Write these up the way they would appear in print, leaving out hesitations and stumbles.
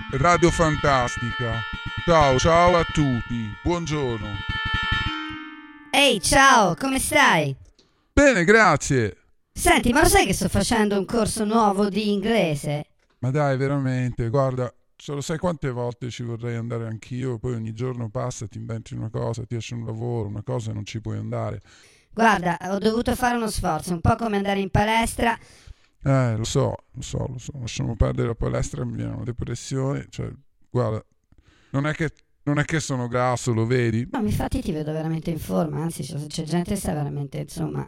Radio Fantastica. Ciao a tutti, buongiorno. Ehi, ciao, come stai? Bene, grazie. Senti, ma lo sai che sto facendo un corso nuovo di inglese? Ma dai, veramente, guarda, lo sai quante volte ci vorrei andare anch'io, poi ogni giorno passa, ti inventi una cosa, ti esce un lavoro, una cosa e non ci puoi andare. Guarda, ho dovuto fare uno sforzo, un po' come andare in palestra. Lo so, lasciamo perdere la palestra, mi viene una depressione, cioè, guarda, non è che sono grasso, lo vedi? No, infatti ti vedo veramente in forma, anzi c'è gente che sta veramente, insomma.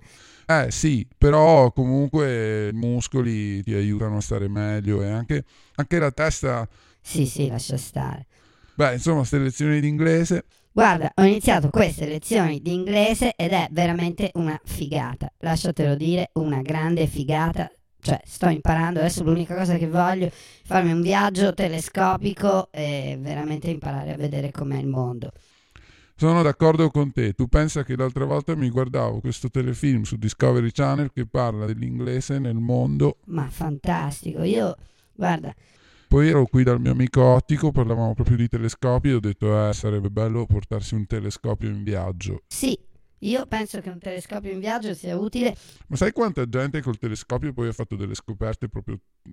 Sì, però comunque i muscoli ti aiutano a stare meglio e anche la testa. Sì, lascia stare. Beh, insomma, queste lezioni di inglese. Guarda, ho iniziato queste lezioni di inglese ed è veramente una figata. Lasciatelo dire, una grande figata. Cioè, sto imparando, adesso l'unica cosa che voglio è farmi un viaggio telescopico e veramente imparare a vedere com'è il mondo. Sono d'accordo con te. Tu pensa che l'altra volta mi guardavo questo telefilm su Discovery Channel che parla dell'inglese nel mondo. Ma fantastico, guarda, Poi ero qui dal mio amico ottico, parlavamo proprio di telescopi e ho detto sarebbe bello portarsi un telescopio in viaggio. sì, io penso che un telescopio in viaggio sia utile. Ma sai quanta gente col telescopio poi ha fatto delle scoperte proprio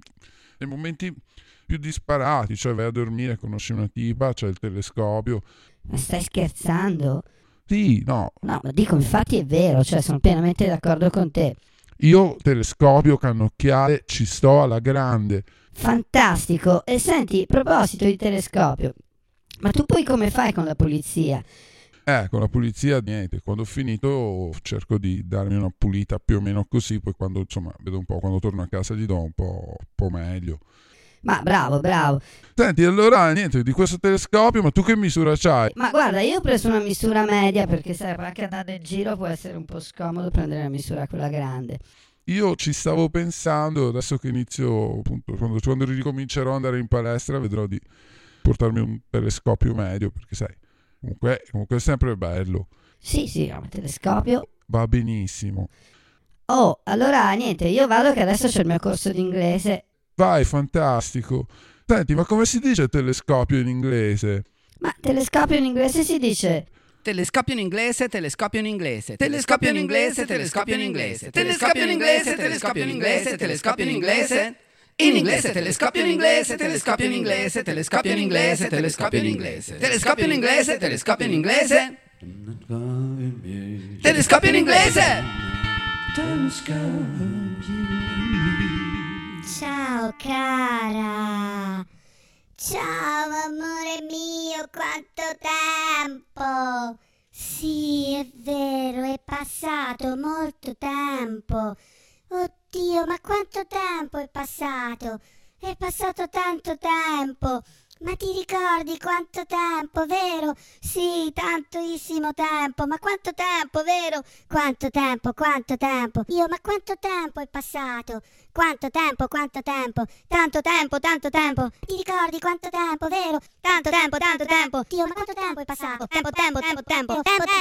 nei momenti più disparati, cioè vai a dormire, conosci una tipa, c'è il telescopio. Ma stai scherzando? Sì, no, No, ma dico, infatti è vero, cioè sono pienamente d'accordo con te. io telescopio, cannocchiale, ci sto alla grande. Fantastico. E senti, a proposito di telescopio, ma tu poi come fai con la pulizia? Con la pulizia niente, quando ho finito cerco di darmi una pulita più o meno così, poi quando insomma vedo un po', quando torno a casa gli do un po' meglio. Ma bravo. Senti, allora niente, di questo telescopio, ma tu che misura c'hai? Ma guarda, io ho preso una misura media perché sai, anche andare in giro può essere un po' scomodo prendere la misura quella grande. Io ci stavo pensando, adesso che inizio, appunto, quando ricomincerò ad andare in palestra, vedrò di portarmi un telescopio medio, perché sai, comunque è sempre bello, Sì, no, ma telescopio. va benissimo. Oh, allora niente, io vado che adesso c'è il mio corso di inglese. Vai, fantastico. Senti, ma come si dice telescopio in inglese? Ma telescopio in inglese si dice... Telescopio in inglese, telescopio in inglese, telescopio in inglese, telescopio in inglese, telescopio in inglese, telescopio in inglese, telescopio in inglese. In inglese, telescopio in inglese, telescopio in inglese, telescopio in inglese, telescopio in inglese, telescopio in inglese, telescopio in inglese, telescopio in inglese. Ciao cara, ciao amore mio, quanto tempo! Sì, è vero, è passato molto tempo. Oddio, ma quanto tempo è passato? È passato tanto tempo. Ma ti ricordi quanto tempo, vero? Sì, tantissimo tempo. Ma quanto tempo, vero? Quanto tempo, quanto tempo. Ma quanto tempo è passato? Quanto tempo, quanto tempo. Tanto tempo, tanto tempo. Ti ricordi quanto tempo, vero? Tanto tempo, tanto tempo. Ma quanto tempo è passato? Tempo. Ti ricordi quanto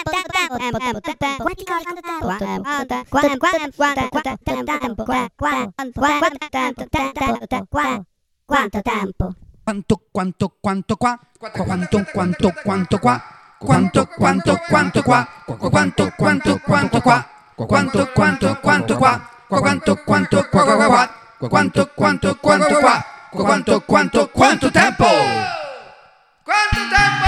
tempo? Quanto tempo? Quanto qua, quanto qua, quanto qua, quanto qua, quanto qua, quanto qua, quanto tempo? Quanto tempo?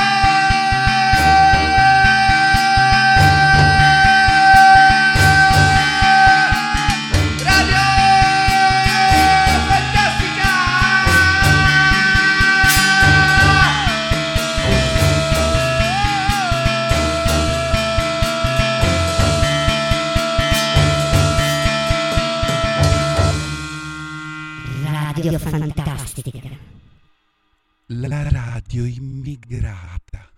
Radio Fantastica. La radio immigrata.